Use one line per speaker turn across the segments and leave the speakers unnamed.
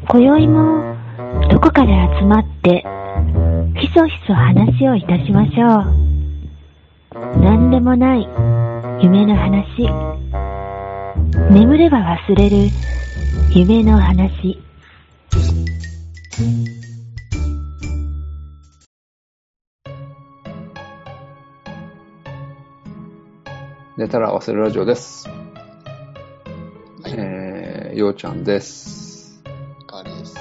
今宵もどこかで集まってひそひそ話をいたしましょう。何でもない夢の話、眠れば忘れる夢の話。
寝たら忘れるラジオです。
はい、
ようちゃんです。
かわりです。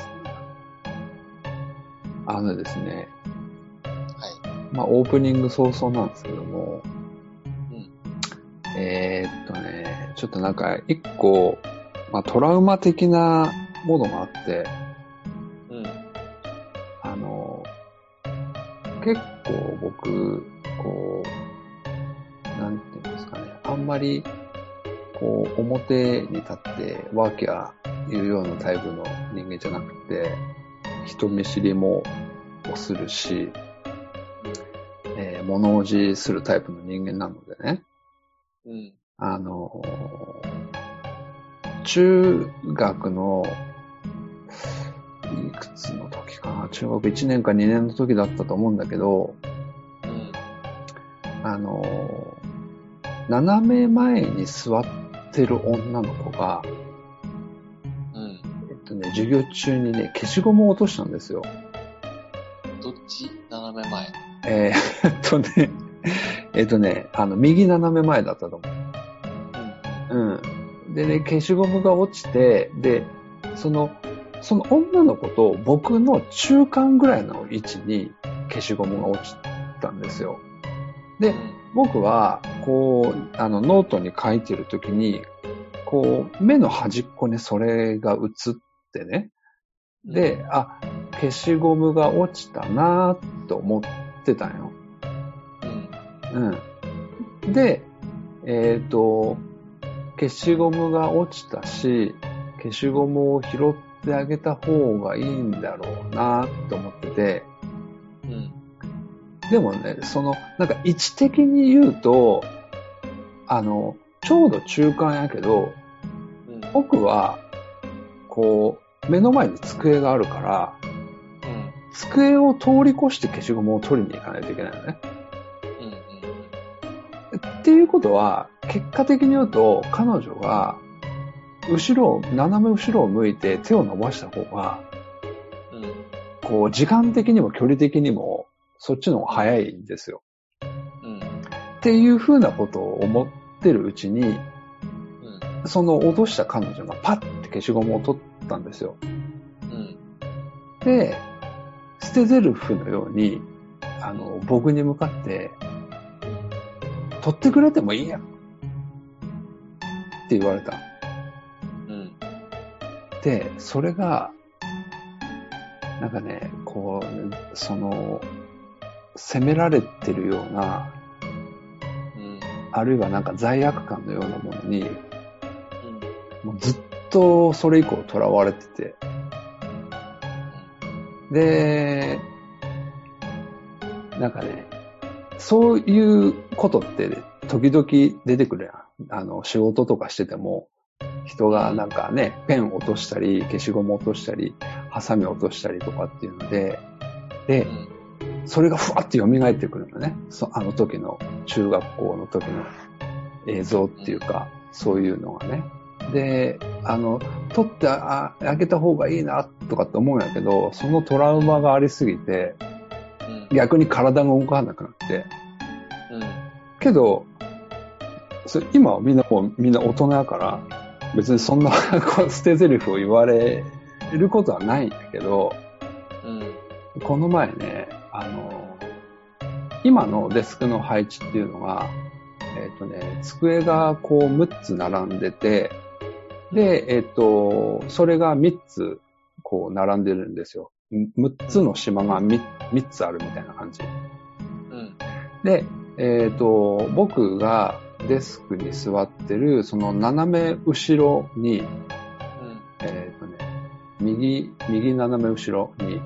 ですね、
はい。
オープニング早々なんですけども、ちょっとなんか一個、トラウマ的なものがあって、結構僕、なんていうんですかね、あんまり、表に立ってワーキャー言うようなタイプの人間じゃなくて、人見知りもするし、物おじするタイプの人間なのでね、中学のいくつの時かな、中学1年か2年の時だったと思うんだけど、斜め前に座ってる女の子が、授業中にね、消しゴムを落としたんですよ。
どっち斜め前？
右斜め前だったと思う。でね、消しゴムが落ちて、で、その女の子と僕の中間ぐらいの位置に消しゴムが落ちたんですよ。で、僕は、ノートに書いてるときに、目の端っこにそれが映ってね。で、消しゴムが落ちたなーと思ってたんよ。で、消しゴムが落ちたし、消しゴムを拾ってあげた方がいいんだろうなと思ってて、でもね、なんか位置的に言うと、ちょうど中間やけど、僕は、目の前に机があるから、机を通り越して消しゴムを取りに行かないといけないのね。っていうことは、結果的に言うと、彼女が、斜め後ろを向いて手を伸ばした方が、時間的にも距離的にも、そっちの方が早いんですよ。っていう風なことを思ってるうちに、その落とした彼女がパッて消しゴムを取ったんですよ。で、捨てゼルフのように、僕に向かって、取ってくれてもいいやんって言われた。で、それが、なんかね、責められてるような、あるいはなんか罪悪感のようなものに、もうずっとそれ以降囚われてて、で、なんかね、そういうことって時々出てくるやん。仕事とかしてても、人がなんかね、ペン落としたり、消しゴム落としたり、ハサミ落としたりとかっていうので、それがふわって蘇ってくるのね。あの時の、中学校の時の映像っていうか、そういうのがね。で、取ってあげた方がいいな、とかって思うんやけど、そのトラウマがありすぎて、逆に体が動かなくなって。けど、今はみんな大人やから、別にそんな捨て台詞を言われることはないんだけど、この前ね、今のデスクの配置っていうのが、机が6つ並んでて、で、それが3つ並んでるんですよ。6つの島が 3つあるみたいな感じ。で、僕がデスクに座ってるその斜め後ろに、右斜め後ろに、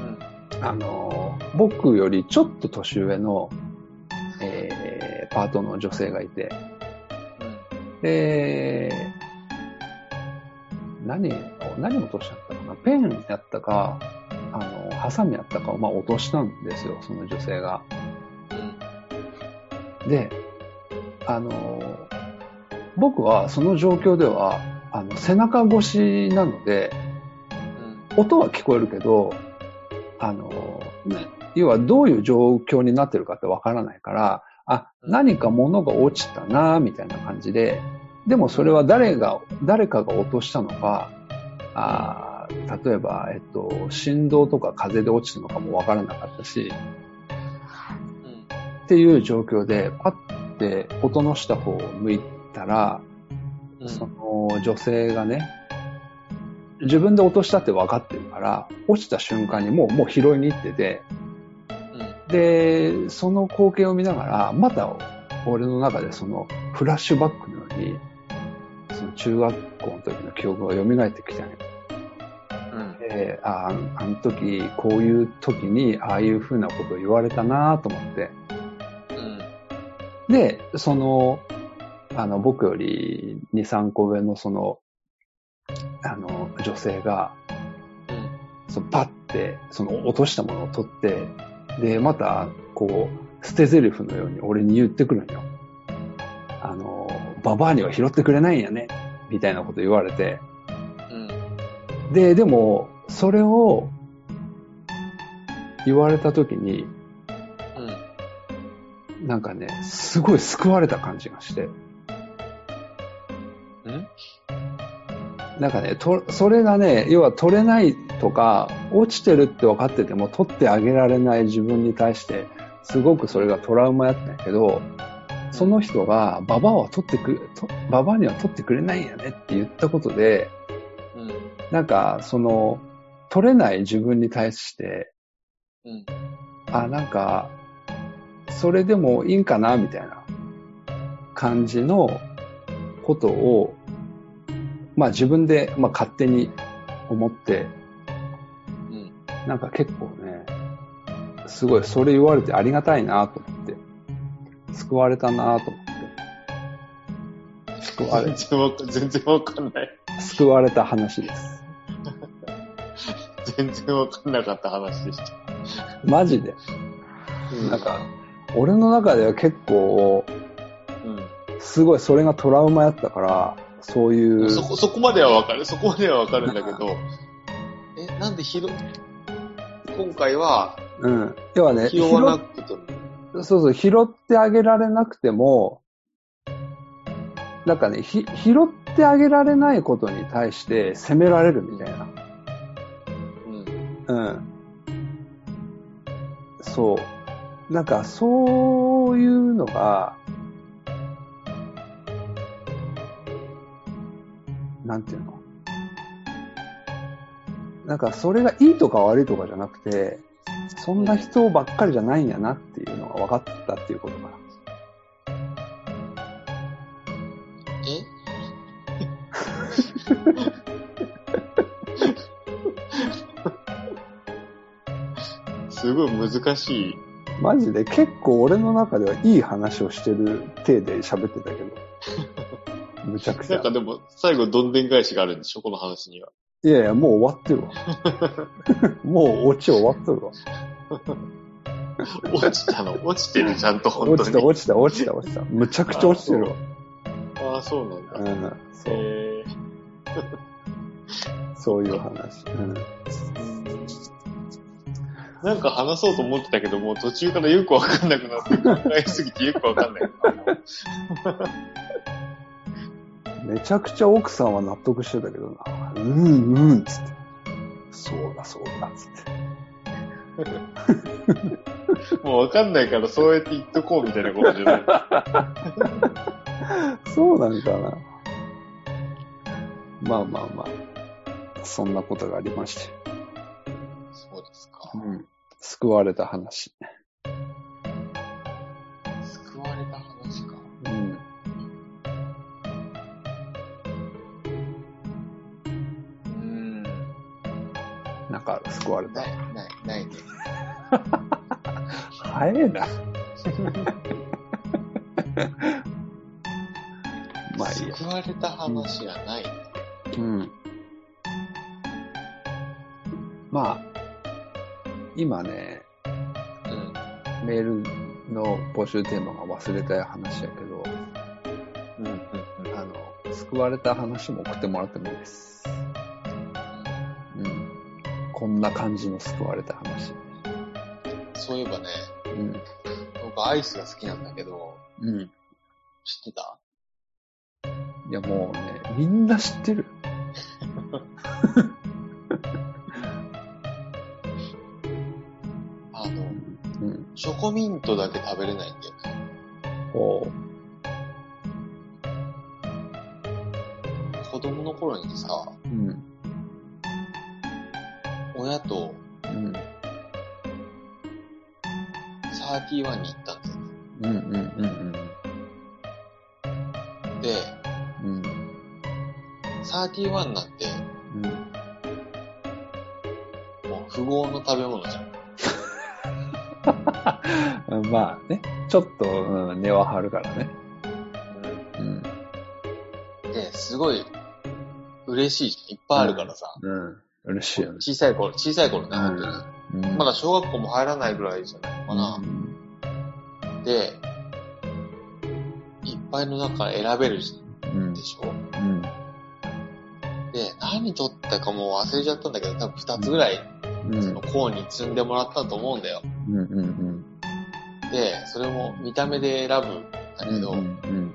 僕よりちょっと年上の、パートの女性がいて、で、 何落としたんだったかな。ペンやったか、ハサミやったかを落としたんですよ、その女性が。で、僕はその状況では、背中越しなので、音は聞こえるけど、要はどういう状況になってるかってわからないから、何か物が落ちたなみたいな感じで、でもそれは誰かが落としたのか、例えば、振動とか風で落ちたのかもわからなかったし、っていう状況で、パッて音のした方を向いたら、その女性がね、自分で落としたって分かってるから、落ちた瞬間にもう拾いに行ってて、で、その光景を見ながら、また俺の中でそのフラッシュバックのように、その中学校の時の記憶が蘇ってきたね。あの時、こういう時に、ああいう風なことを言われたなと思って。で、その、僕より2、3個上のその、女性が、そのパッて、その落としたものを取って、で、また、こう、捨て台詞のように俺に言ってくるんよ。ババアには拾ってくれないんやね、みたいなこと言われて。でも、それを言われたときに、なんかね、すごい救われた感じがして。なんかね、それがね、要は取れないとか、落ちてるって分かってても取ってあげられない自分に対して、すごくそれがトラウマやったんやけど、その人が、ババアには取ってくれないんやねって言ったことで、なんか、その、取れない自分に対して、なんか、それでもいいんかなみたいな感じのことを、自分で、勝手に思って、なんか結構ね、すごいそれ言われてありがたいなと思って、救われたなと思って、
全然わかんない。
救われた話です。
全然わかんなかった話でした。
マジで。なんか、俺の中では結構、すごいそれがトラウマやったから、そういう。
そこまではわかる。そこまではわかるんだけど、なんで今回は、
要はね、
拾わなくても。
そう、拾ってあげられなくても、なんかね、拾ってあげられないことに対して責められるみたいな。そう。なんか、そういうのが、なんていうの？なんか、それがいいとか悪いとかじゃなくて、そんな人ばっかりじゃないんやなっていうのが分かったっていうことかな。
すごい難しい。
マジで結構俺の中ではいい話をしてる体で喋ってたけど。むちゃくちゃ。
なんかでも最後どんでん返しがあるんでしょこの話には。
いやいや、もう終わってるわ。もうオチ終わっとるわ。
落ちてるちゃんと本当に。
落ちた。むちゃくちゃ落ちてるわ。
そうなんだ。
そう。そういう話。
なんか話そうと思ってたけど、もう途中からよくわかんなくなって考えすぎてよくわかんない。
めちゃくちゃ奥さんは納得してたけどな。つって。そうだ、つって。
もうわかんないからそうやって言っとこうみたいなことじゃない。
そうなんかな。まあ。そんなことがありまして。
そうですか。
救われた話。
救われた話か。
なんか救われた。
ないね。
早えな。まあいいや。
救われた話はない。
まあ、今ね、
うん。
メールの募集テーマが忘れた話やけど、
うん。うん。
救われた話も送ってもらってもいいです。うん。こんな感じの救われた話。
そういえばね、
うん。
僕アイスが好きなんだけど、
うん。
知ってた？
いやもうね、みんな知ってる。うん。
チョコミントだけ食べれないんだよね。
こ
子供の頃にさ、
う。うん。
親と
うん。
31に行ったんだよね。
うんうんうん
で、
うん。
31なんて、
うん。
もう富豪の食べ物じゃん。
まあね、ちょっと、うん、根は張るからね。うん。
で、すごい嬉しいじゃん。いっぱいあるからさ。
うん。嬉しいよね。
小さい頃ね、本当に。
うん。
まだ小学校も入らないぐらいじゃないのかな。で、いっぱいの中から選べる
うん。
でしょ？
うん。
で、何取ったかもう忘れちゃったんだけど、多分2つぐらい、
うん。
そのコーンに積んでもらったと思うんだよ。
うんうんうん。
で、それも見た目で選ぶんだけど、
うん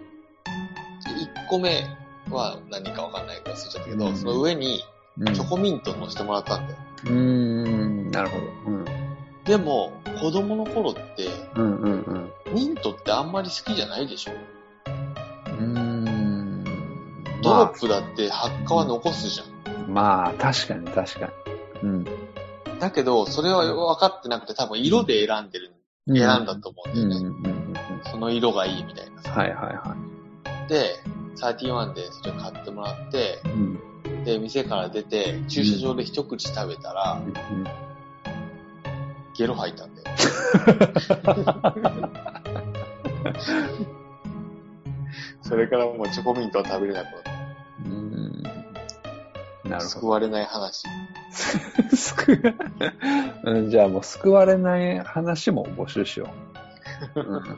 1個目は何かわかんないから忘れちゃったけど、
うん
その上に
うん。
チョコミント乗せてもらったんだよ。
なるほど。うん。
でも、子供の頃って、
うんうんうん。
ミントってあんまり好きじゃないでしょ？ド
ま
ロップだって発火は残すじゃん。
あ、まあ、確かに確かに。うん。
だけど、それは分かってなくて多分色で選んだと思うんだよね。その色がいいみたいなさ。
はいはいは
で、31でそれ買ってもらって、
い。うん。
で、店から出て、駐車場で一口食べたら、ゲロ吐いたんだよ。それからもうチョコミントは食べれなくなった。
なるほど。
救われない話。
じゃあもう救われない話も募集しよう。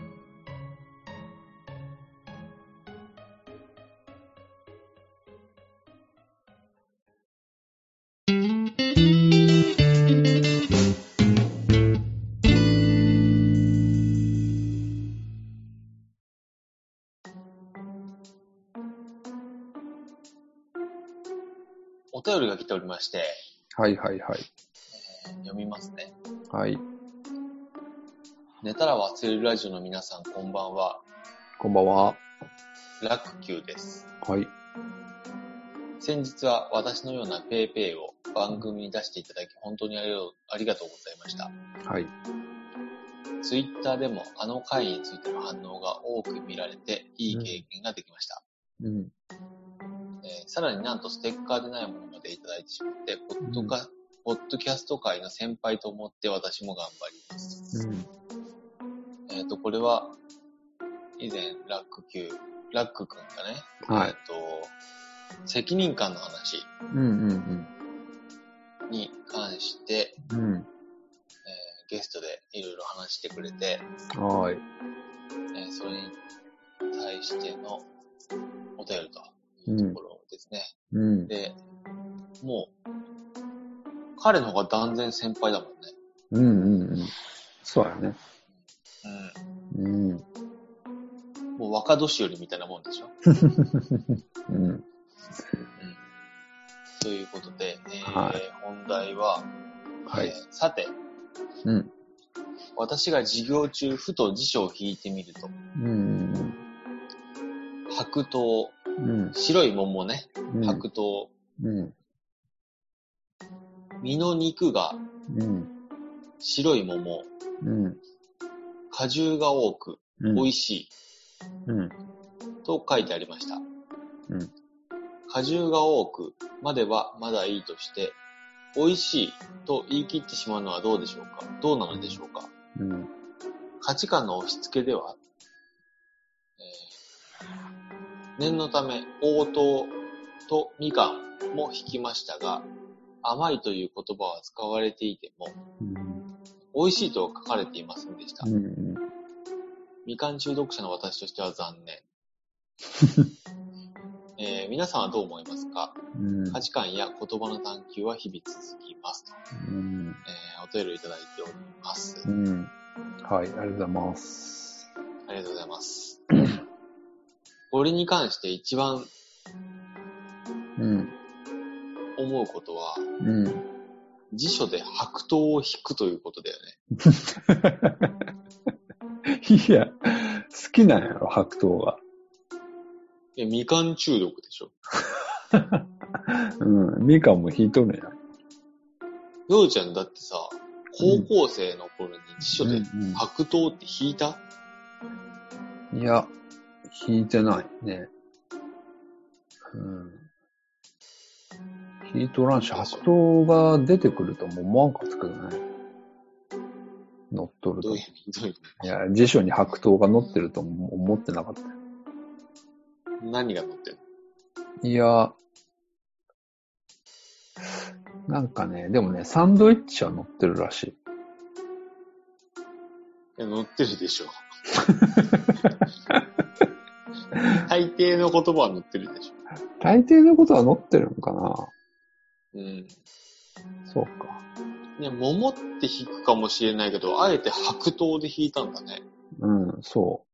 お便りが来ておりまして、
はいはいはい。
読みますね。
はい。
寝たら忘れるラジオの皆さん、こんばんは。
こんばんは。
ラック Q です。
はい。
先日は私のようなペイペイを番組に出していただき、本当にありがとうございました。
はい。
ツイッターでもあの回についての反応が多く見られて、いい経験ができました。
うん
さらになんとステッカーでないものまでいただいてしまって、ポッドキャスト界の先輩と思って私も頑張ります。これは、以前、ラックくんがね、
はい。
責任感の話に関して、ゲストでいろいろ話してくれて、
はい。
それに対してのお便りというところですね。で、もう、彼の方が断然先輩だもんね。
そうやね。
もう若年寄りみたいなもんでしょ。ということで、本題は、さて、私が授業中ふと辞書を引いてみると、白桃、白い桃ね、白桃、身の肉が白い桃、果汁が多く美味しい、と書いてありました。果汁が多くまではまだいいとして、美味しいと言い切ってしまうのはどうなのでしょうか。価値観の押し付けでは、念のため応答とみかんも引きましたが、 甘いという言葉は使われていても、美味しいとは書かれていませんでした。みかん中毒者の私としては残念。皆さんはどう思いますか？価値観や言葉の探求は日々続きますと、お便りいただいております。
はい、ありがとうございます。
ありがとうございます。これに関して一番思うことは、辞書で白桃を引くということだよ
ね。いや、好きなんやろ、白桃が。
みかん中毒でしょ。
みかんも引いとるんや。
ようちゃんだってさ、高校生の頃に辞書で白桃って引いた？
いや、引いてないね。引いとらんし、白桃が出てくるとも思わんかったけどね。乗っとると。
どういう意味？
いや、辞書に白桃が載ってると思ってなかった。
何が載ってるの？
いや、なんかね、でもね、サンドイッチは載ってるらしい。
載ってるでしょ。大抵の言葉は載ってるでしょ。
大抵のことは載ってるのかな？そうか。
ね、桃って引くかもしれないけど、あえて白桃で引いたんだね。
そう。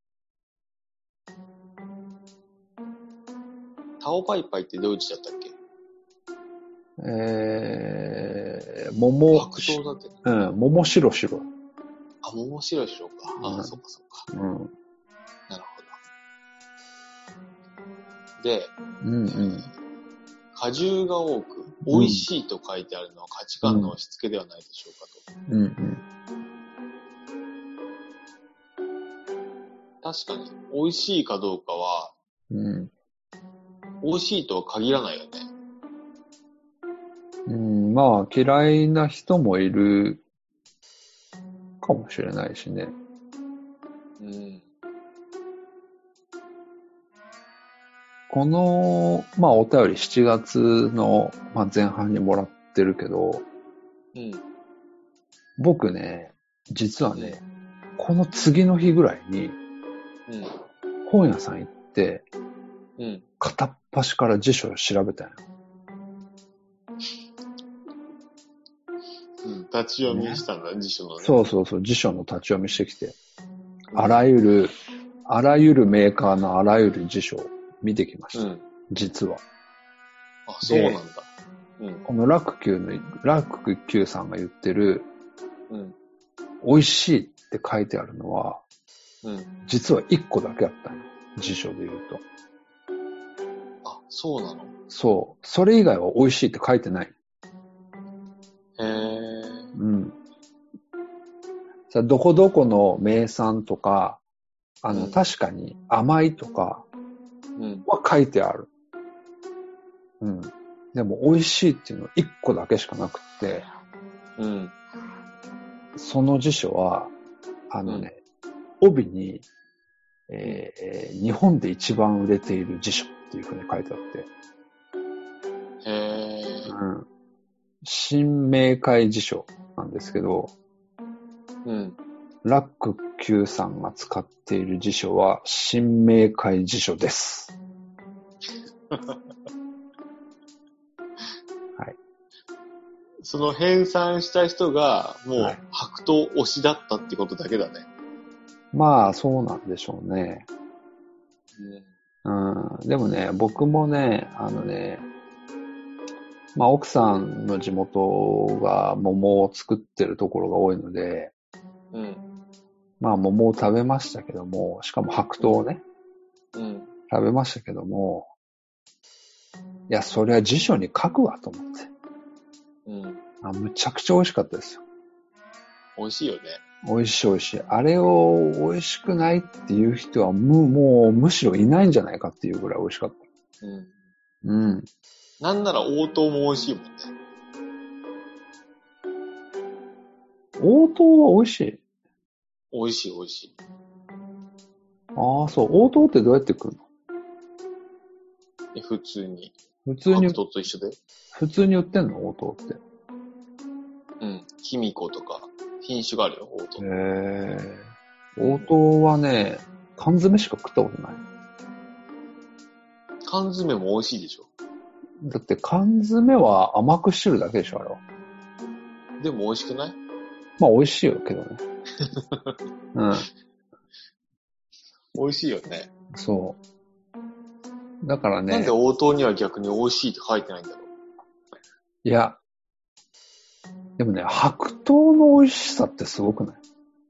タオパイパイってどういう字だったっけ？
桃。
白桃だって。
桃白白。
あ、桃白白か。そっかそっか。なるほど。で、果汁が多く、美味しいと書いてあるのは価値観の押し付けではないでしょうかと。確かに、美味しいかどうかは、美味しいとは限らないよね。
まあ、嫌いな人もいるかもしれないしね。この、お便り7月の、前半にもらってるけど、僕ね、実はね、この次の日ぐらいに、本屋さん行って、片っ端から辞書を調べたよ。
立ち読みしたんだ、辞書のね。
そう、辞書の立ち読みしてきて、あらゆるメーカーのあらゆる辞書を見てきました。実は。
あ、そうなんだ。
このラック Q さんが言ってる、美味しいって書いてあるのは、実は1個だけあったの。辞書で言うと。
あ、そうなの？
そう。それ以外は美味しいって書いてない。さあ、どこどこの名産とか、確かに甘いとかは書いてある。でも美味しいっていうのは1個だけしかなくって、その辞書は、帯に、日本で一番売れている辞書っていうふうに書いてあって、新明解辞書なんですけど、ラック Q さんが使っている辞書は新明解辞書です。はい。
その編纂した人がもう白桃推しだったってことだけだね。
まあそうなんでしょうね。でもね、僕もね、奥さんの地元が桃を作ってるところが多いので、桃を食べましたけども、しかも白桃をね、食べましたけども、いや、それは辞書に書くわと思って。むちゃくちゃ美味しかったですよ。
美味しいよね。
美味しい。あれを美味しくないっていう人はもうむしろいないんじゃないかっていうぐらい美味しかった。
なんなら応答も美味しいもんね。
応答は美味しい？
美味しい。
ああ、そう。応答ってどうやって来るの？
普通に。
普通に、
白桃と一緒で。
普通に売ってんの応答って。
うん。卑弥呼とか、品種があるよ、応答。
応答はね、缶詰しか食ったことない。
缶詰も美味しいでしょ。
だって缶詰は甘くしてるだけでしょ、あれは。
でも美味しくない？
まあ美味しいよけどね。うん。
美味しいよね。
そう。だからね。
なんで応答には逆に美味しいって書いてないんだろう。
いや。でもね、白桃の美味しさってすごくない？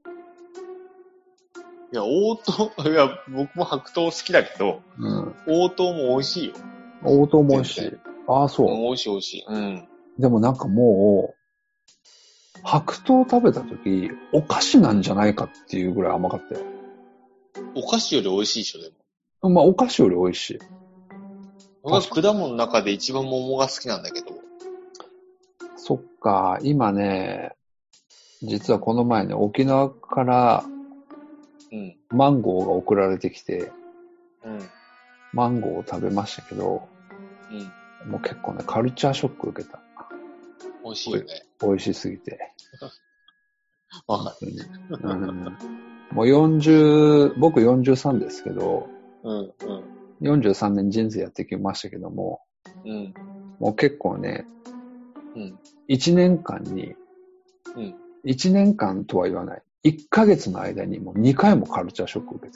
いや、応答、いや、僕も白桃好きだけど、うん、応答も美味しいよ。
応答も美味しい。ああ、そう。
美味しい美味しい。うん。
でもなんかもう、白桃食べたとき、お菓子なんじゃないかっていうぐらい甘かったよ。
お菓子より美味しいでしょ、で
も。まあ、お菓子より美味しい。
僕は果物の中で一番桃が好きなんだけど。
そっか、今ね、実はこの前ね、沖縄から、マンゴーが送られてきて、マンゴーを食べましたけど、もう結構ね、カルチャーショック受けた。
美味しいよね。
美味しすぎて。
わかる。
もう僕43ですけど、43年人生やってきましたけども、もう結構ね、1年間に、1年間とは言わない。1ヶ月の間にもう2回もカルチャーショック受けて。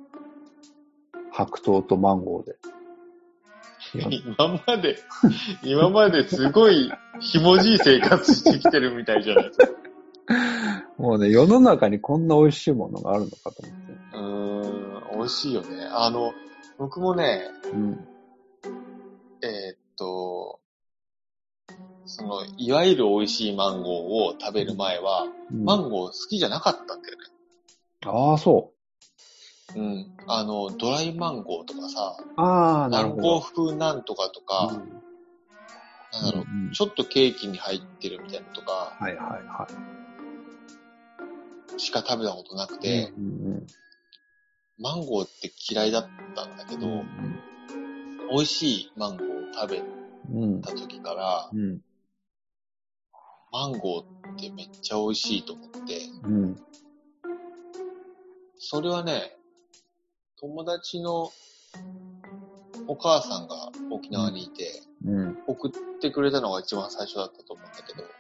白桃とマンゴーで。
今まですごいひもじい生活してきてるみたいじゃないですか。
もうね、世の中にこんな美味しいものがあるのかと思
って。美味しいよね。僕もね、いわゆる美味しいマンゴーを食べる前は、マンゴー好きじゃなかったんだよね。
ああ、そう。
ドライマンゴーとかさ、
なるほど。
マンゴー風なんとかとか、なんだろう、ちょっとケーキに入ってるみたいなのとか、しか食べたことなくて、マンゴーって嫌いだったんだけど、美味しいマンゴーを食べた時から、マンゴーってめっちゃ美味しいと思って、それはね、友達のお母さんが沖縄にいて、送ってくれたのが一番最初だったと思うんだけど、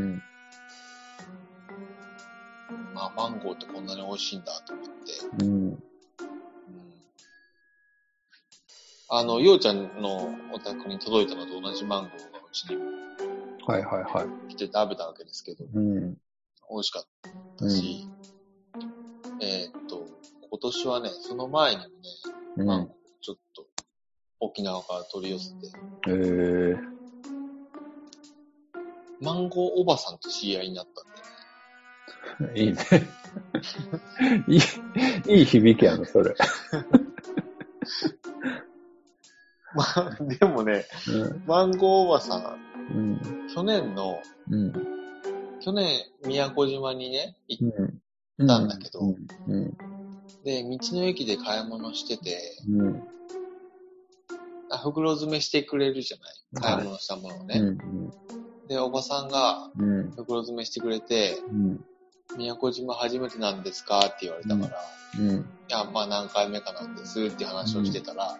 まあマンゴーってこんなに美味しいんだと思って、ようちゃんのお宅に届いたのと同じマンゴーがうちにも来て食べたわけですけど、美味しかったし、今年はね、その前にもね、マンゴーちょっと沖縄から取り寄せて、マンゴーおばさんと知り合いになったんだよね。
いいね。いい響きやの、それ。
まあ、でもね、マンゴーおばさん、去年、宮古島にね、行ったんだけど、で、道の駅で買い物してて、袋詰めしてくれるじゃない、買い物したものをね。で、おばさんが、袋詰めしてくれて、宮古島初めてなんですかって言われたから、いや、まあ何回目かなんですって話をしてたら、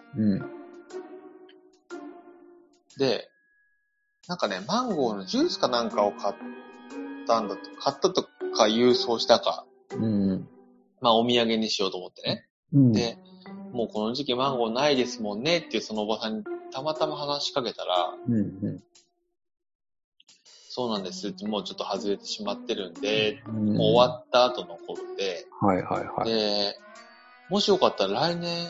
で、なんかね、マンゴーのジュースかなんかを買ったとか郵送したか、まあお土産にしようと思ってね。で、もうこの時期マンゴーないですもんねっていうそのおばさんにたまたま話しかけたら、そうなんですってもうちょっと外れてしまってるんで、もう終わった後の頃で、で、もしよかったら来年、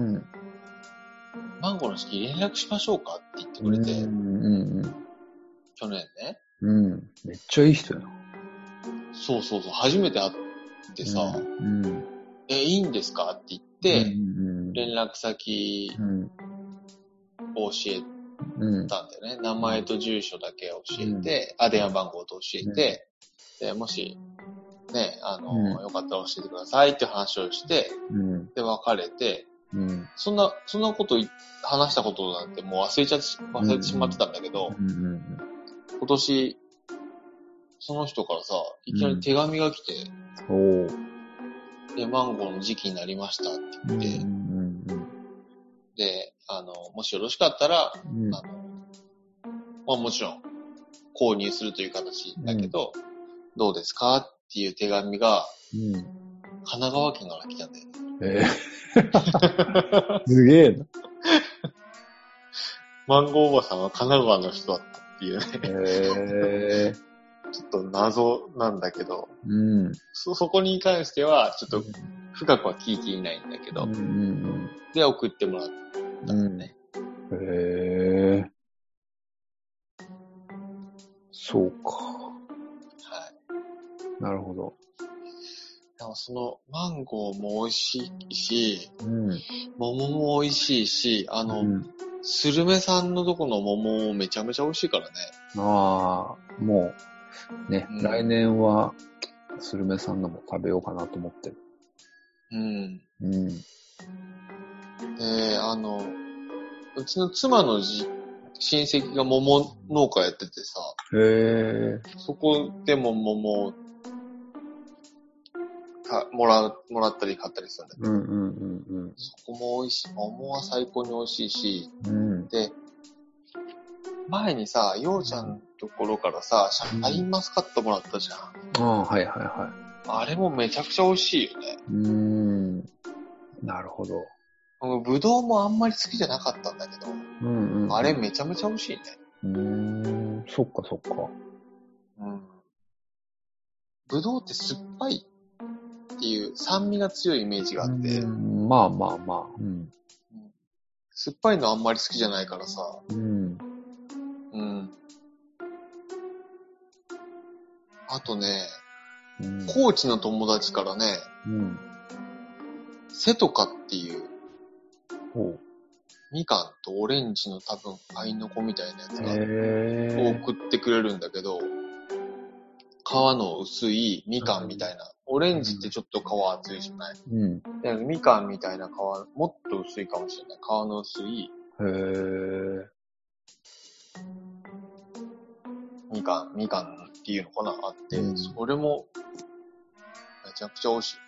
マンゴーの時期連絡しましょうかって言ってくれて、去年ね。
めっちゃいい人やな。
そう、初めて会ってさ、いいんですかって言って、連絡先を教えたんだよね。名前と住所だけ教えて、電話番号と教えて、で、もし、ね、よかったら教えてくださいって話をして、で、別れて、
うん。
そんなこと話したことなんてもう忘れてしまってたんだけど、今年、その人からさ、いきなり手紙が来て、で、マンゴーの時期になりましたって言って、で、もしよろしかったら、まあもちろん、購入するという形だけど、どうですかっていう手紙が、神奈川県から来たんだよね。
すげえな。
マンゴーおばさんは神奈川の人だったっていうね。ちょっと謎なんだけど、そこに関しては、ちょっと深くは聞いていないんだけど、で、送ってもらったんだね。
そうか。
はい。
なるほど。
でもその、マンゴーも美味しいし、桃も美味しいし、スルメさんのとこの桃もめちゃめちゃ美味しいからね。
ああ、もう、ね、来年は、スルメさんのも食べようかなと思ってる。
で、うちの妻の親戚が桃農家やっててさ、そこでも桃もらったり買ったりするんだけど、そこも美味しい。桃は最高に美味しいし、で、前にさ、ようちゃんのところからさ、シャインマスカットもらったじゃん。
はいはいはい。
あれもめちゃくちゃ美味しいよね。
なるほど。
ぶどうもあんまり好きじゃなかったんだけど、あれめちゃめちゃ美味しいね。
そっかそっか。
ぶどうって酸っぱいっていう酸味が強いイメージがあって。
まあ。
酸っぱいのあんまり好きじゃないからさ。あとね、高知の友達からね、セトカっていう、みかんとオレンジの多分、アイノコみたいなやつが、送ってくれるんだけど、皮の薄いみかんみたいな。オレンジってちょっと皮厚いじゃない？でみかんみたいな皮、もっと薄いかもしれない。皮の薄い。みかんっていうのかなあって、それも、めちゃくちゃ美味しい。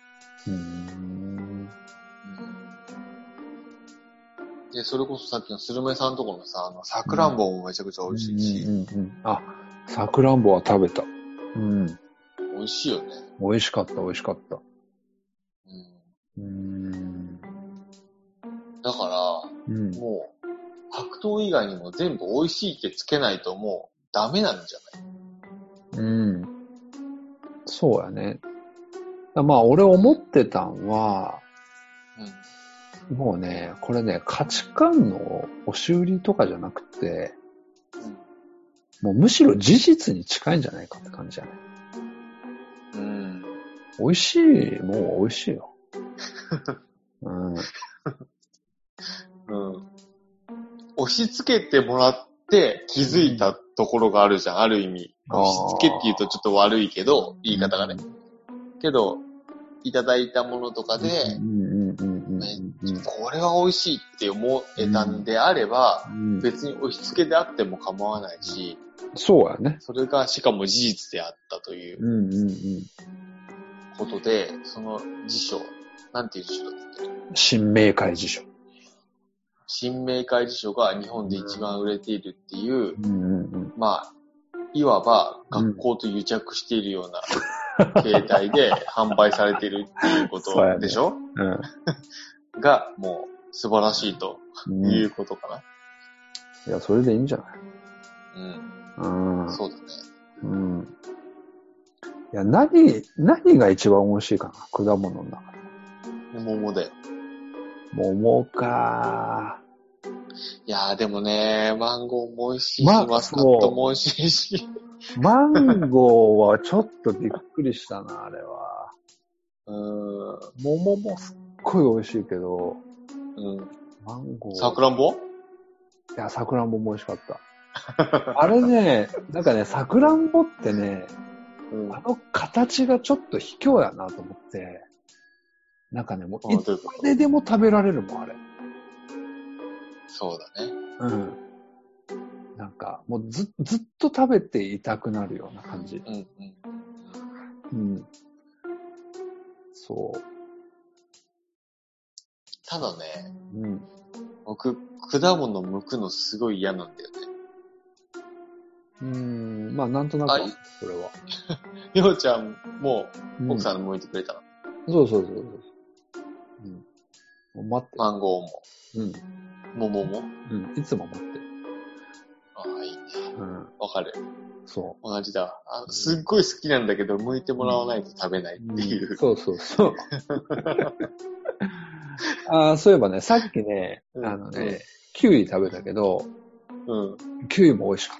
で、それこそさっきのスルメさんとこのさ、さくらんぼもめちゃくちゃ美味しいし。
あ、さくらんぼは食べた。
美味しいよね。
美味しかった。だ
から、もう、白桃以外にも全部美味しいってつけないともうダメなんじゃない？
そうやね。まあ、俺思ってたんは、もうね、これね、価値観の押し売りとかじゃなくて、もうむしろ事実に近いんじゃないかって感じじゃない？美味しい、もう美味しいよ。
押し付けてもらって気づいたところがあるじゃん、ある意味。押し付けって言うとちょっと悪いけど、言い方がね。けど、いただいたものとかで、これは美味しいって思えたんであれば、別に押し付けであっても構わないし、
そうやね。
それがしかも事実であったということで、その辞書、なんていう辞書だったっけ？
新明解辞書。
新明解辞書が日本で一番売れているっていう、まあ、いわば学校と癒着しているような形態で販売されているっていうことでしょ？が、もう素晴らしいということかな。
いや、それでいいんじゃない？
そうだね。
いや、何が一番美味しいかな？果物の中
で。桃だよ。
桃か。
いやーでもね、マンゴーも美味しいし、マスカットも美味しいし。
マンゴーはちょっとびっくりしたな、あれは。桃もすっごい美味しいけど、マンゴー。
さくらんぼ？
いや、さくらんぼも美味しかった。あれね、なんかね、さくらんぼってね、あの形がちょっと卑怯やなと思って、 なんかね、もういつまででも食べられるもん、あれ。
そうだね。
うん。なんか、もうずっと食べていたくなるような感じ。
うん
うん。うん。そう。
ただね、
うん。
僕、果物剥くのすごい嫌なんだよ
ね。まあ、なんとなくは、それは。
ようちゃんも、奥さんの剥いてくれたの、
そうそう。うん。待って。
マンゴーも。
うん。
桃も。
うん。いつも待って。
ああ、いいね。
うん。
わかる。
そう。
同じだ。すっごい好きなんだけど、剥いてもらわないと食べないっていう。
そう。そういえばね、さっきね、キウイ食べたけど、キウイも美味しかった。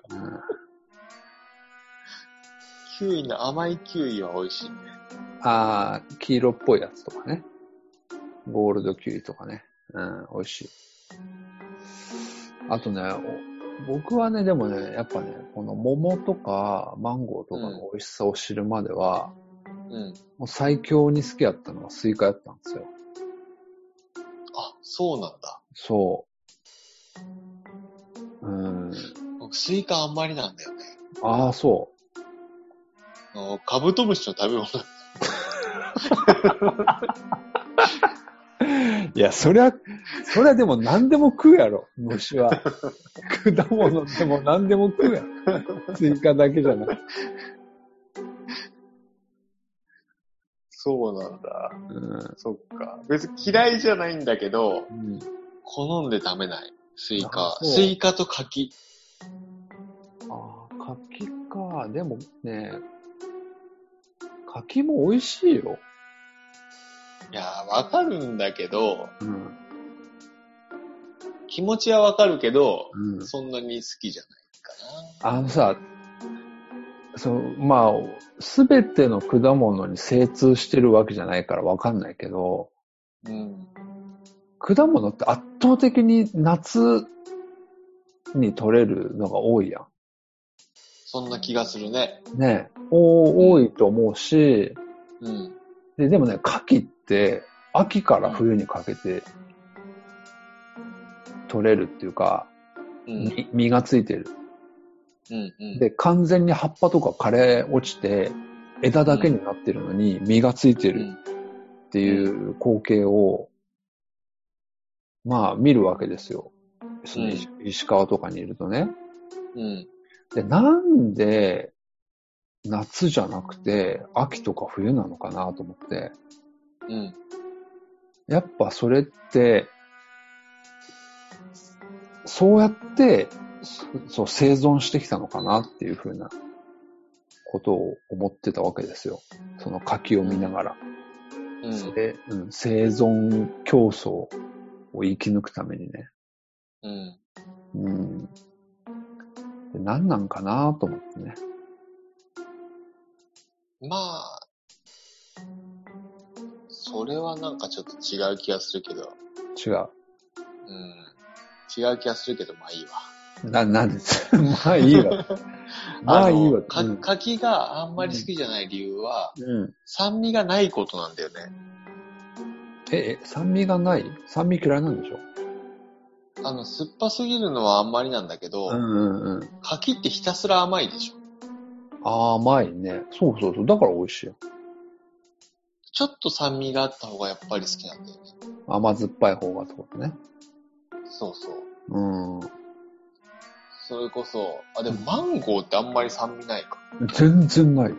キウイの甘いキウイは美味しいね。
黄色っぽいやつとかね。ゴールドキウイとかね。美味しい。あとね、僕はね、でもね、やっぱね、この桃とかマンゴーとかの美味しさを知るまでは、もう最強に好きやったのはスイカやったんですよ。
あ、そうなんだ。
そう。
僕スイカあんまりなんだよね。
ああ、そう。
カブトムシの食べ物。
いや、そりゃでも何でも食うやろ、虫は。果物でも何でも食うやろ。スイカだけじゃなくて。
そうなんだ。そっか。別に嫌いじゃないんだけど、好んで食べない。スイカ。スイカと柿。
柿か。でもね、柿も美味しいよ。
いや、わかるんだけど、気持ちはわかるけど、そんなに好きじゃないかな。
さ、まあ、すべての果物に精通してるわけじゃないからわかんないけど、果物って圧倒的に夏に取れるのが多いやん。
そんな気がするね。
ね、多いと思うし、でもね、牡蠣って秋から冬にかけて取れるっていうか、実がついてる。で、完全に葉っぱとか枯れ落ちて、枝だけになってるのに実がついてるっていう光景を、まあ見るわけですよ。その石川とかにいるとね。で、なんで夏じゃなくて秋とか冬なのかなと思って。やっぱそれって、そうやって、生存してきたのかなっていうふうなことを思ってたわけですよ。その柿を見ながら。生存競争を生き抜くためにね。で何なんかなと思ってね。
まあ、それはなんかちょっと違う気がするけど。
違う。
違う気がするけど、まあいいわ。
なんです。まあいいわ。まあいいわ。
柿があんまり好きじゃない理由は、酸味がないことなんだよね。
酸味がない？酸味嫌いなんでしょ？
酸っぱすぎるのはあんまりなんだけど、柿ってひたすら甘いでしょ。
甘いね。そう。だから美味しいよ。
ちょっと酸味があった方がやっぱり好きなんだよね。
甘酸っぱい方がってことね。
そう。それこそ、でもマンゴーってあんまり酸味ないか。
全然ない。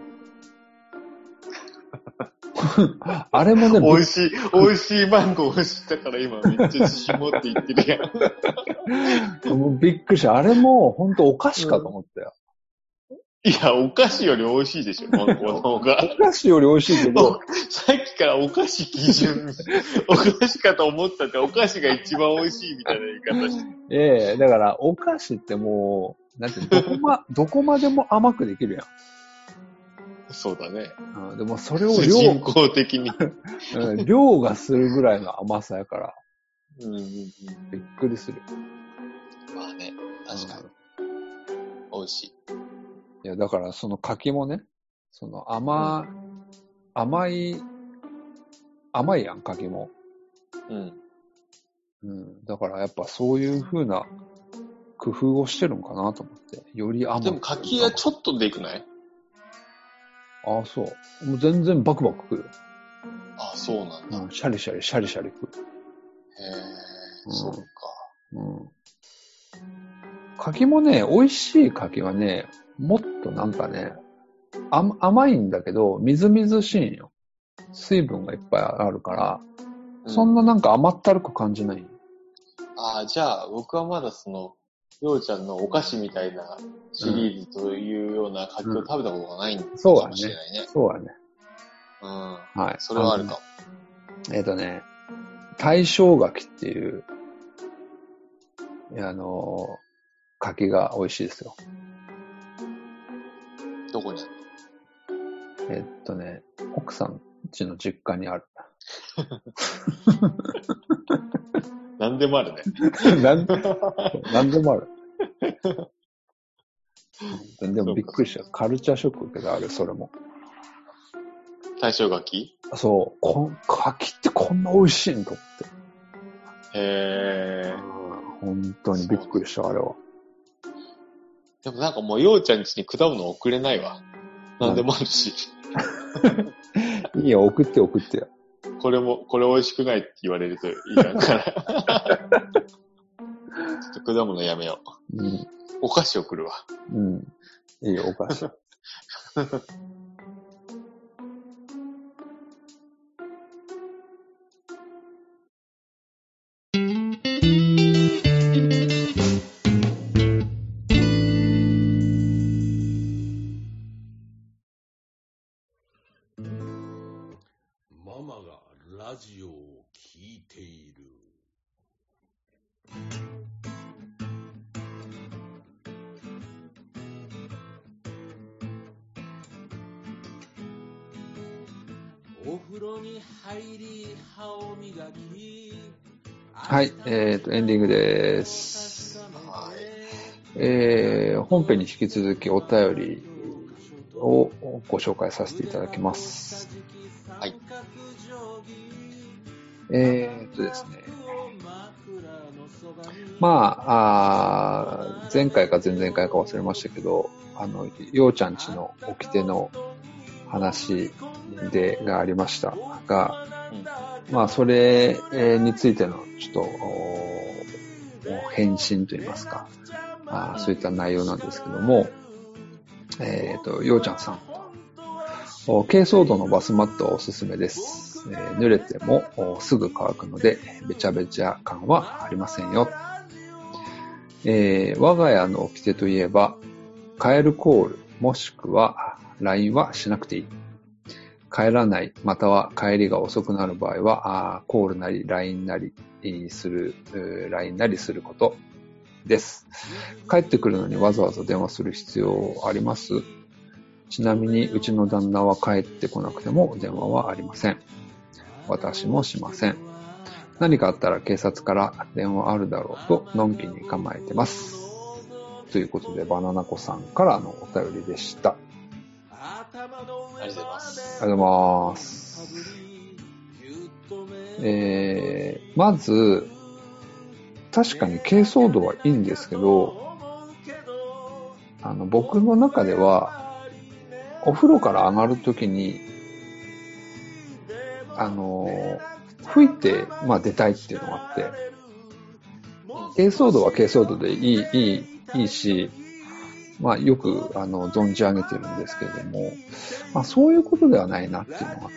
あれもね、
美味しいマンゴーを知ったから今めっちゃ自信持って言ってるやん。
もうびっくりした。あれも本当お菓子かと思ったよ。
いや、お菓子より美味しいでしょ、マンゴーの方が。
お菓子より美味しいけど。
さっきからお菓子基準に、お菓子かと思ったってお菓子が一番美味しいみたいな言い方して。
だからお菓子ってもう、なんてどこまでも甘くできるやん。
そうだね。
でもそれを
人工的に。
量がするぐらいの甘さやから。びっくりする。
まあね、確かに。美味しい。
いや、だからその柿もね、その甘い甘いやん、柿も。
うん。
うん。だからやっぱそういう風な工夫をしてるんかなと思って。より甘い。
でも柿がちょっとでくない？
ああ、そう。もう全然バクバク食うよ。
ああ、そうなんだ。
うん、シャリシャリ、シャリシャリ食う。
へえ、そうか。
うん。柿もね、美味しい柿はね、もっとなんかね、甘いんだけど、みずみずしいんよ。水分がいっぱいあるから、そんななんか甘ったるく感じない。
ああ、じゃあ、僕はまだようちゃんのお菓子みたいなシリーズというような柿を食べたことがないのかもしれないね。
そうだね。
うん。
はい。
それはあるかも。
大正柿っていう、柿が美味しいですよ。
どこにある
の？奥さん家の実家にある。
何でもあるね。
何でもある。でもびっくりした。カルチャーショック受けた、あれ、それも。
大正柿？
そう。柿ってこんな美味しいんと思って。
へー。
本当にびっくりした、あれは。
でもなんかもう、ようちゃん家に果物送れないわ。何でもあるし。
いいよ、送ってよ。
これ美味しくないって言われると嫌だから。ちょっと果物やめよう。うん、お菓子送るわ。
うん。いいよ、お菓子。
ママがラジオを聞いている。お風呂に入り歯を磨き。
はい、エンディングです。
はい。
本編に引き続きお便りをご紹介させていただきます。
はい。
ですね。前回か前々回か忘れましたけど、ようちゃんちの掟の話がありましたが、それについてのちょっと返信といいますか、そういった内容なんですけども、ようちゃんさん、珪藻土のバスマットはおすすめです。濡れてもすぐ乾くのでべちゃべちゃ感はありませんよ。我が家の掟といえば、帰るコールもしくは LINE はしなくていい。帰らない、または帰りが遅くなる場合は、コールなり LINE なりすることです。帰ってくるのにわざわざ電話する必要あります？ちなみにうちの旦那は帰ってこなくても電話はありません。私もしません。何かあったら警察から電話あるだろうとのんきに構えてます。ということでバナナ子さんからのお便りでした。
ありがとうございます。
ありがとうございます。まず、確かに珪藻土はいいんですけど、僕の中では、お風呂から上がるときに、吹いて、出たいっていうのがあって、珪藻土は珪藻土でいいし、よく、存じ上げてるんですけれども、そういうことではないなっていうのがあって。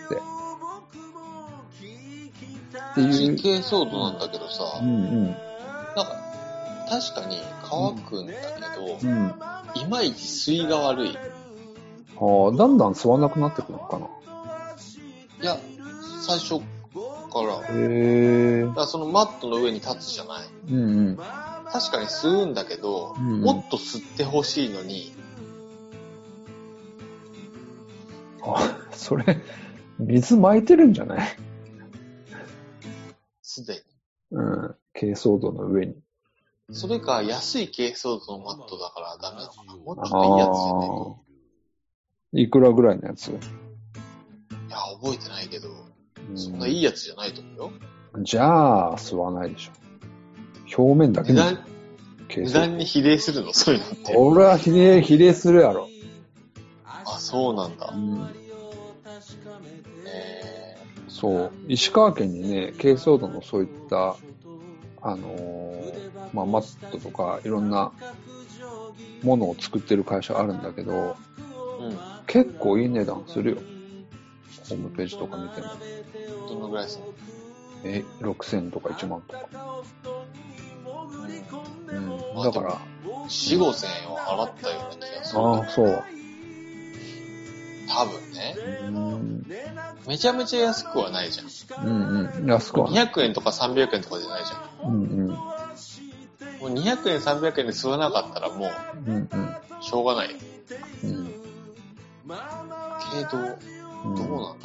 っていう。珪藻土なんだけどさ、なんか、確かに乾くんだけど、いまいち水が悪い。
だんだん吸わなくなってくるのかな。
いや、最初から。だからそのマットの上に立つじゃない。確かに吸うんだけど、もっと吸ってほしいのに。
それ、水巻いてるんじゃない？
すで
に。珪藻土の上に。
それか、安い珪藻土のマットだからダメなのかな。もうちょっといいやつじゃない？
いくらぐらいのやつ？い
や、覚えてないけど。 そんないいやつじゃないと思うよ。
じゃあ、吸わないでしょ。表面だけに。
無断に比例するのそういうのって。
俺は比例するやろ。
あ、そうなんだ。
そう。石川県にね、珪藻土のそういった、まあ、マットとかいろんなものを作ってる会社あるんだけど、結構いい値段するよ。ホームページとか見ても。
どのぐらいする
の？6000とか1万とか。だから、
4、5000円は払ったような気がする。
ああ、そう。
多分ね。めちゃめちゃ安くはないじゃん。
安くはない。
200円とか300円とかじゃないじゃん。もう200円、300円で吸わなかったらもう、しょうがないよ。けど、どうなんだろうね。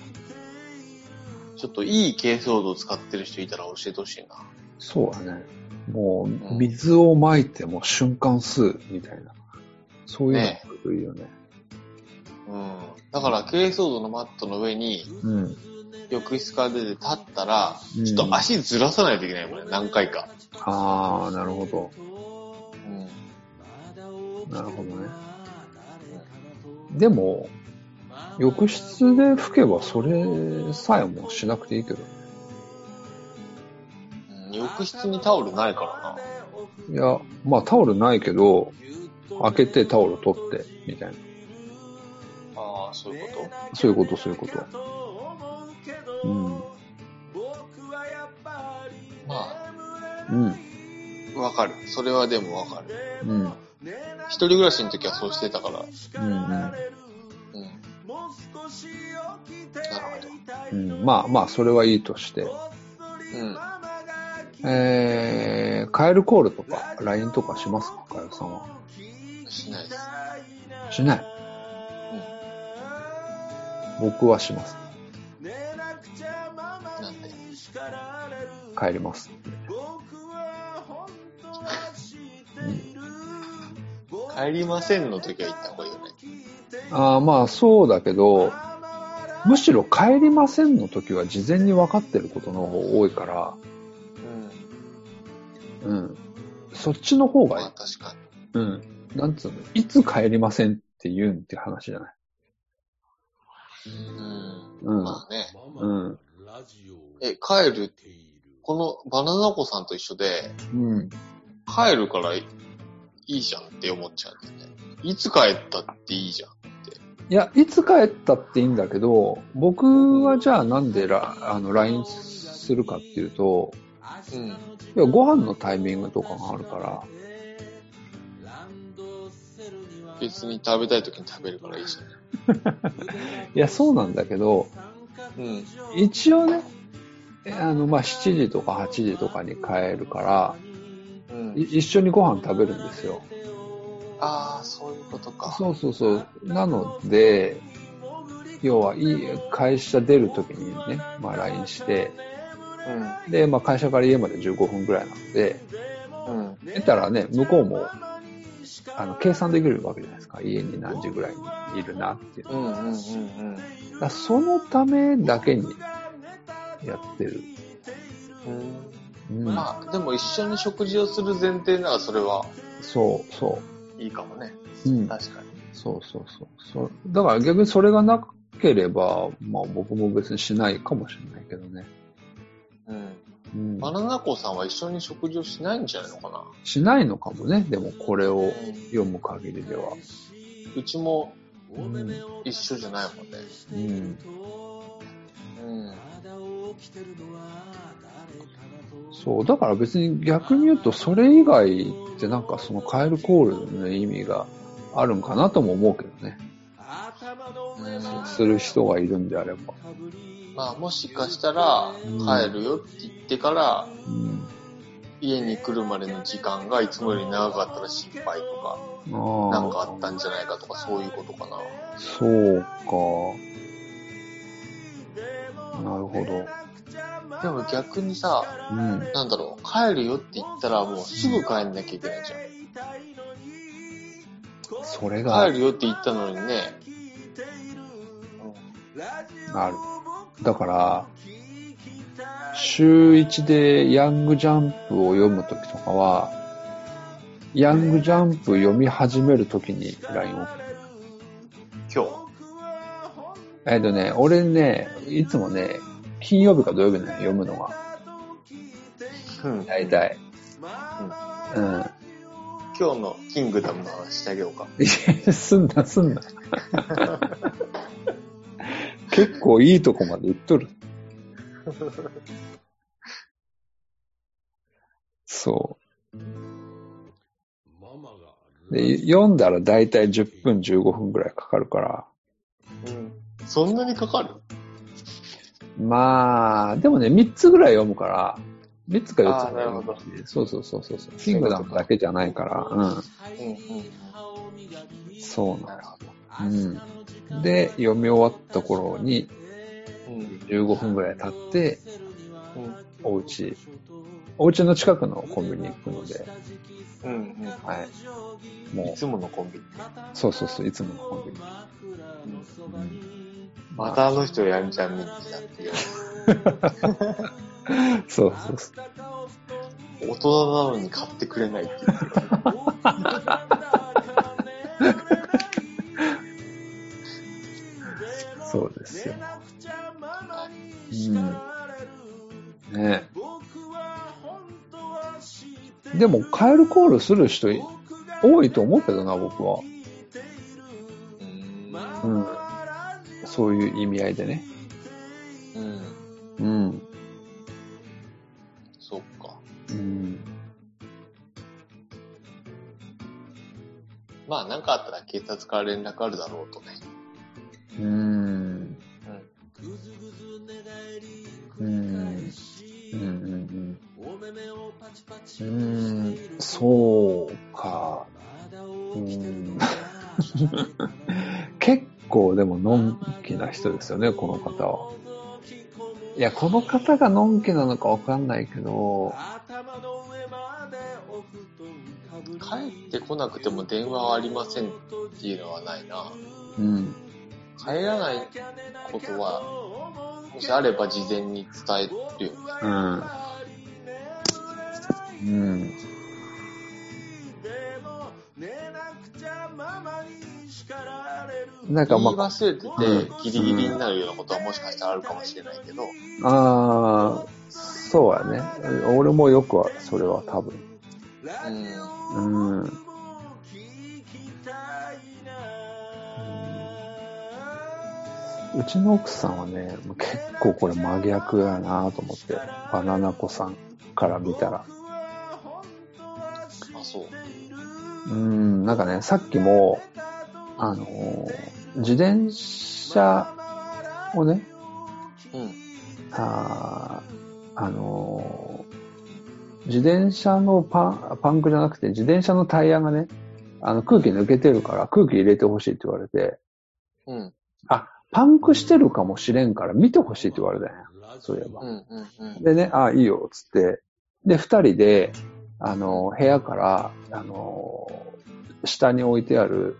ちょっといい珪藻土を使ってる人いたら教えてほしいな。
そうだね。もう、水をまいても瞬間吸うみたいな。そういうのがいいよね。
だから、珪藻土のマットの上に、浴室から出て立ったら、ちょっと足ずらさないといけないもんね、何回か。
ああ、なるほど。なるほどね。でも、浴室で拭けばそれさえもしなくていいけどね。
浴室にタオルないからな。
いや、まあタオルないけど、開けてタオル取って、みたいな。
ああ、そういうこと？
そういうこと。
まあ。わかる。それはでもわかる。一人暮らしの時はそうしてたから。なる
ほど。まあ、それはいいとして。カエルコールとか LINE とかしますか、カエルさんは？
しないです。
しない。僕はします。
なんで？
帰ります。
帰りませんの時は言った方がいいよね。
ああ、まあそうだけど、むしろ帰りませんの時は事前に分かってることの方が多いから、そっちの方がいい。
まあ確かに。
なんつうの、いつ帰りませんって言うんって話じゃない。
まあね。帰る、このバナナ子さんと一緒で、帰るからいいじゃんって思っちゃうんだよね。いつ帰ったっていいじゃんって。
いや、いつ帰ったっていいんだけど、僕はじゃあなんでLINE するかっていうと、いやご飯のタイミングとかがあるから。
別に食べたい時に食べるからいいじゃん。
いや、そうなんだけど、一応ね、まあ、7時とか8時とかに帰るから、一緒にご飯食べるんですよ。
ああ、そういうことか。
そう。なので、要は、会社出るときにね、まあ LINE して、で、まあ会社から家まで15分くらいなので、出たらね、向こうも、計算できるわけじゃないですか。家に何時ぐらいにいるなっていう。だそのためだけにやってる。
まあ、でも一緒に食事をする前提ならそれは、いいかもね。確かに。
そう。だから逆にそれがなければ、まあ僕も別にしないかもしれないけどね。
バナナ子さんは一緒に食事をしないんじゃないのかな？
しないのかもね。でもこれを読む限りでは。
うちも一緒じゃないもんね。
そう、だから別に逆に言うとそれ以外ってなんかそのカエルコールの意味があるんかなとも思うけどね。する人がいるんであれば。
まあもしかしたら帰るよって言ってから、家に来るまでの時間がいつもより長かったら心配とか、なんかあったんじゃないかとかそういうことかな。
そうか。なるほど。
でも逆にさ、なんだろう、帰るよって言ったらもうすぐ帰んなきゃいけないじゃん。
それが。
帰るよって言ったのにね。
ある。 だから、週1でヤングジャンプを読むときとかは、ヤングジャンプ読み始めるときに LINE を。
今
日俺ね、いつもね、金曜日か土曜日ね、読むのが。大体。
今日のキングダムの話してあげようか。
すんな。結構いいとこまで言っとる。そう。で、読んだらだいたい10分15分ぐらいかかるから。
そんなにかかる？
まあ、でもね、3つぐらい読むから、3つか4つぐらい読む。
なるほど。
そう。キングダムだけじゃないから、そうなるほど。で、読み終わった頃に、15分ぐらい経って、お家の近くのコンビニ行くので、はい。もう
いつものコンビニ。
そう、いつものコンビニ。
またあの人やんちゃん人気だっていう。
そう。
大人なのに買ってくれないって言ってる。
そうですよ。ねえ。でも、カエルコールする人多いと思うけどな、僕は。そういう意味合いでね。
そっか。まあ、なんかあったら警察から連絡あるだろうとね。
そうか。結構でものんきな人ですよね、この方は。いや、この方がのんきなのかわかんないけど、
帰ってこなくても電話はありませんっていうのはないな。帰らないことは、もしあれば事前に伝えるよね。なんか言い忘れてて、ギリギリになるようなことはもしかしたらあるかもしれないけど。
そうやね。俺もよくは、それは多分。うちの奥さんはね、結構これ真逆やなと思って、バナナ子さんから見たら。
そう。
なんかね、さっきも、自転車をね、自転車のパンクじゃなくて、自転車のタイヤがね、空気抜けてるから空気入れてほしいって言われて、パンクしてるかもしれんから見てほしいって言われたんや。そういえば。でね、いいよ、つって。で、二人で、部屋から、下に置いてある、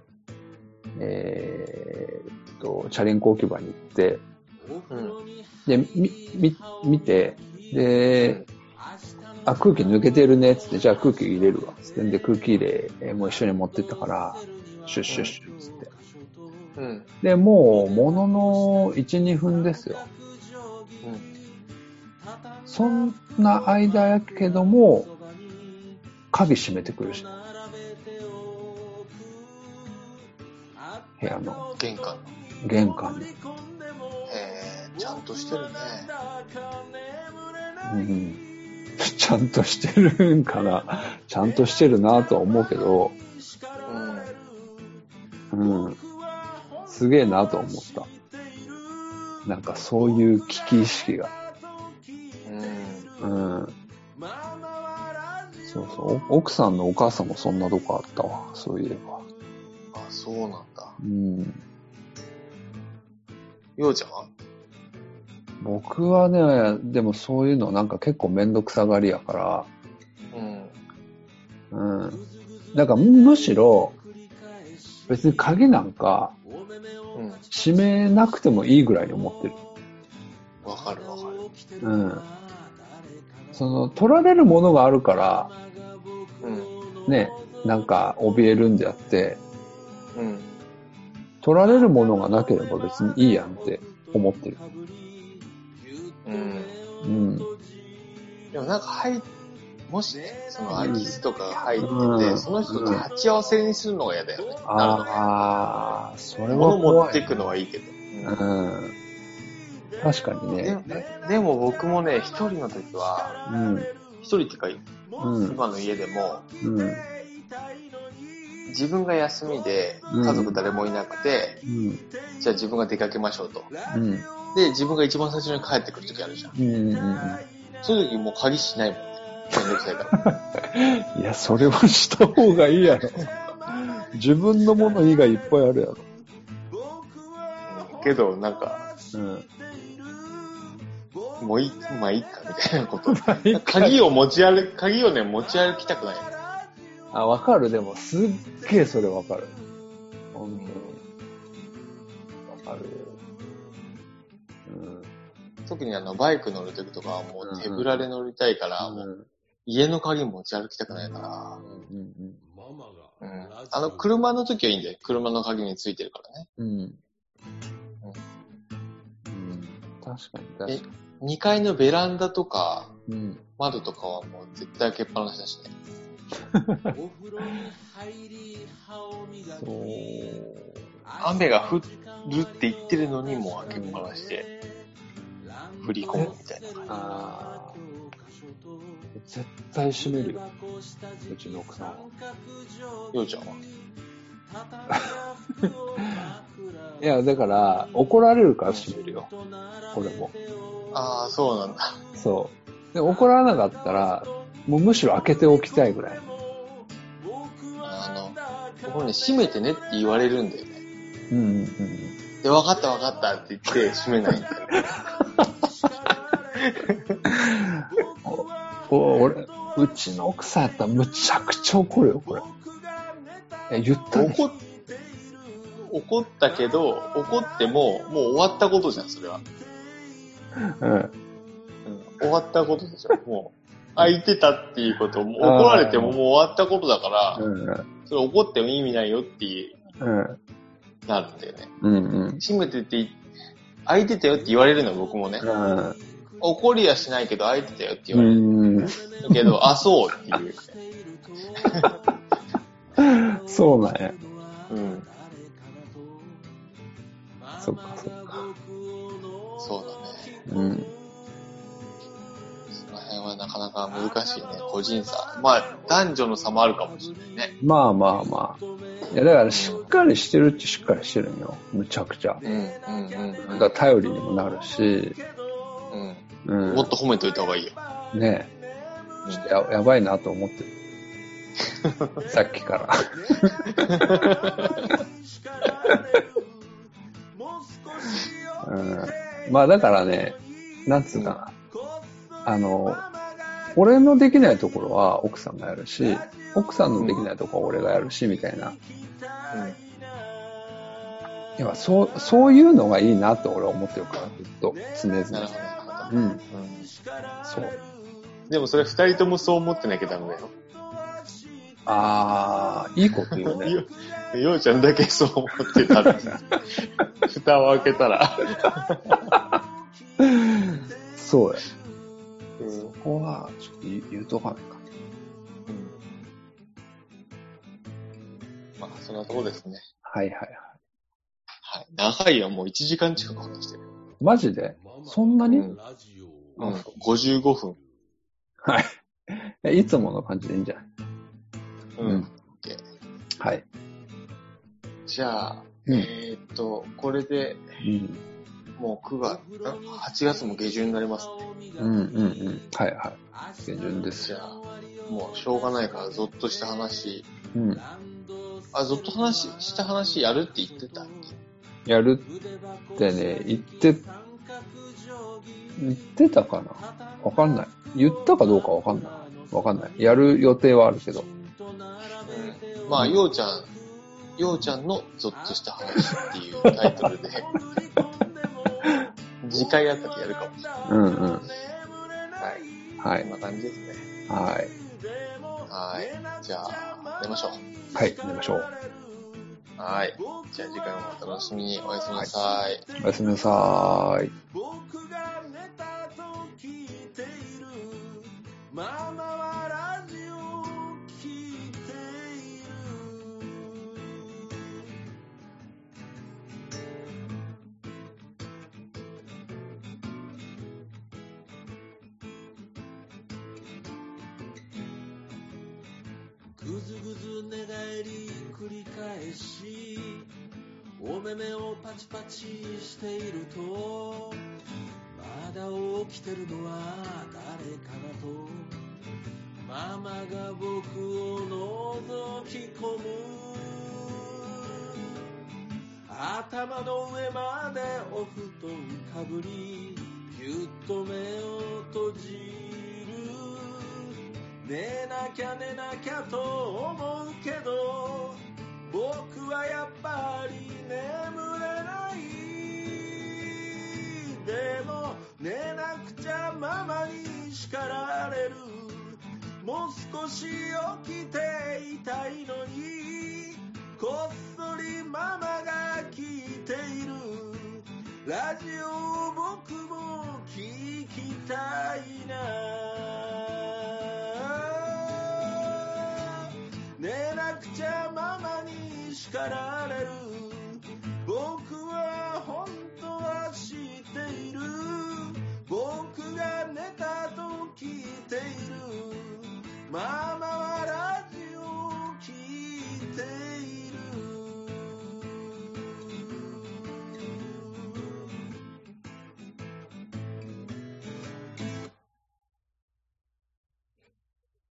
チャリンコ置き場に行って、で、見て、で、空気抜けてるね、つって、じゃあ空気入れるわ、つって。で、空気入れ、もう一緒に持ってったから、シュッシュッシュッ、つって。で、もう、ものの1、2分ですよ。そんな間やけども、鍵閉めてくるし。部屋の。
玄関の。ちゃんとしてるね。
ちゃんとしてるんかな。ちゃんとしてるなとは思うけど、すげえなと思った。なんかそういう危機意識が。そうそう。奥さんのお母さんもそんなとこあったわ。そういえば。
そうなんだ。ようちゃんは？
僕はね、でもそういうのなんか結構めんどくさがりやから、だからむしろ、別に鍵なんか、閉めなくてもいいぐらいに思ってる。 うん。取られるものがあるから、ね、なんか怯えるんであって、取られるものがなければ別にいいやんって思ってる。
でもなんかもしね、その空き巣とかが入ってて、その人と鉢合わせにするのが嫌だよね。
ああ、それは
物持っていくのはいいけど。
確かにね。
でも僕もね、一人の時は、一人っていうか、今の家でも、自分が休みで、家族誰もいなくて、じゃあ自分が出かけましょうと。で、自分が一番最初に帰ってくる時あるじゃん。そういう時もう鍵しないもんね。めんどくさいから。
いや、それはした方がいいやろ。自分のもの以外いっぱいあるやろ。
けど、なんか、もういいかみたいなこと。鍵をね、持ち歩きたくない。
あ、わかる。でも、すっげえそれわかる。本当に。わかる。
特にバイク乗るときとかはもう手ぶらで乗りたいから、もう家の鍵持ち歩きたくないから。車の時はいいんだよ。車の鍵についてるからね。
確かに。
2階のベランダとか、窓とかはもう絶対開けっぱなしだしね。雨が降るって言ってるのにもう開けっぱなしで。振り込むみたいな感
じ。絶対閉めるよ。うちの奥さんは。
ようちゃんは？
いや、だから、怒られるから閉めるよ。これも。
ああ、そうなんだ。
そう。で、怒らなかったら、もうむしろ開けておきたいぐらい。
僕ね、閉めてねって言われるんだよね。で、分かったって言って閉めないんだよ。
俺、うちの奥さんやったらむちゃくちゃ怒るよ、これ。言ったね。
怒ったけど、怒っても、もう終わったことじゃん、それは。終わったことでしょ、もう。空いてたっていうことも、怒られてももう終わったことだから、それ怒っても意味ないよっていう、なるんだよね。閉めてて、空いてたよって言われるの、僕もね。怒りはしないけど、空いてたよって言われる。けど、あ、そうっていう。
そうなんや。そっか。
そうだね。その辺はなかなか難しいね、個人差。まあ、男女の差もあるかもしれないね。
まあ。いや、だからしっかりしてるっちゃしっかりしてるんよ。むちゃくちゃ。だから頼りにもなるし、
もっと褒めといた方がいいよ。
ねえ。ちょっとやばいなと思ってる。さっきから。まあだからね、なんつうかな。俺のできないところは奥さんがやるし、奥さんのできないところは俺がやるし、みたいな。いや、そういうのがいいなと俺は思ってるから、ずっと、常々。なるほど。そう。
でもそれ二人ともそう思ってなきゃダメだよ。
いいこと言うね。
ようちゃんだけそう思ってたら、蓋を開けたら。
そうや。そこは、ちょっと言うとかないか。
まあ、そんなとこですね。
はい。
長いよ、もう1時間近く話してる。
マジで？そんなに
？55分。
はい。いつもの感じでいいんじゃない？はい。
じゃあ、これで、もう8月も下旬になりますね。
はい。下旬です。
じゃあ、もうしょうがないからゾッとした話。ゾッとした話やるって言ってたっけ？
やるってね、言ってたかな？わかんない。言ったかどうかわかんない。やる予定はあるけど。
まあ、ようちゃんのゾッとした話っていうタイトルで、次回あたりやるかもしれない。
はい。
こんな感じですね。
はい。
はい。じゃあ、寝ましょう。
はい、寝ましょう。
はい。じゃあ次回もお楽しみに。おやすみなさい。
おやすみなさい。
僕が寝たと聞いている。ママはラジオを聞いている。ぐずぐず寝返り繰り返し、お目目をパチパチしていると、まだ起きてるのは誰かなと、ママが僕を覗き込む。頭の上までお布団かぶり、ぎゅっと目を閉じる。寝なきゃ寝なきゃと思うけど、僕はやっぱり眠れない。でも寝なくちゃママに叱られる。もう少し起きていたいのに、こっそりママが聞いている。ラジオを僕も聞きたいな。寝なくちゃママに叱られる。僕は本当は知っている。僕が寝たと聞いている。